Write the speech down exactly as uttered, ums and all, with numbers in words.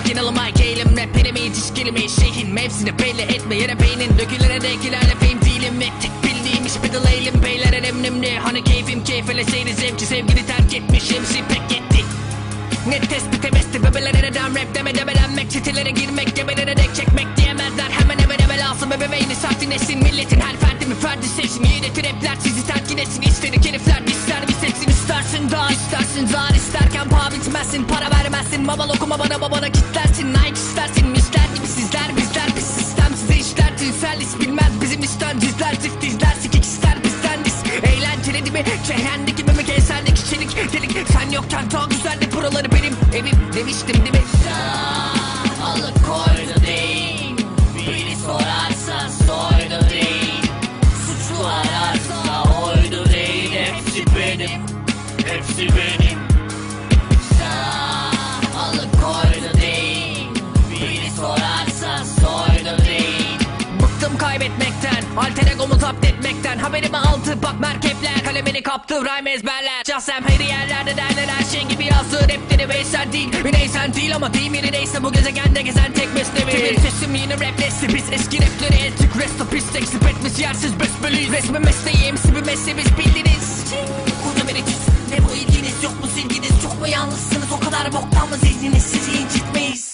fucking alamayk eğilim rap elimi diş kelime şeyhin mevzini belli etme yere beynin dökülene dekilerle fame değilim ve tek bildiğim iş bir eğilim beyler elimlimli hani keyfim keyfele seyri zevki sevgili terk etmişim pek yetti. Net tespit emesti bebelere neden rap deme demelenmek sitelere girmek gebelere dek çekmek diyemezler hemen hemen evvel alsın bebeveyni sakin etsin milletin her ferdi mi ferdi seçsin yine trapler sizi terkin etsin istedik herifler ister bir seçsin istersin daha istersin zar isterken paha bitmezsin para vermezsin babal okuma bana babana kitlersin Nike istersin mister gibi sizler bizler biz sistem size işler tinsel is bilmez bizim işten dizler zift dizler sikik ister bizden biz eğlenceli değil mi cehendeki mimik eserdeki çelik delik sen yokken daha güzeldi buraları benim evim demiştim değil mi? Alıkoydu değil, biri sorarsa soydu değil, suçlu ararsa oydu değil, hepsi benim, hepsi benim. Alıkoydu değil, biri sorarsa soydu değil. Bıktım kaybetmekten, alter egomu zapt etmekten. Haberimi aldı bak merkepler, kalemini kaptı rhyme ezberler. Casem her yerlerde derler her şey gibi yazdı. Rapleri Veysel değil, Üneysen değil ama değil mi neyse bu gezegende gezen tek meslevi. Kimin sesim yeni rap nesli biz eski rapleri eltik. Rest of peace teksip etmiş yersiz besbelliyiz. Resmi mesleği emsi bir mesleği biz bildiniz. Burada vereceğiz, ne bu ilginiz yok mu silginiz? Çok mu yalnızsınız o kadar boktan mı zihniniz sizi incitmeyiz.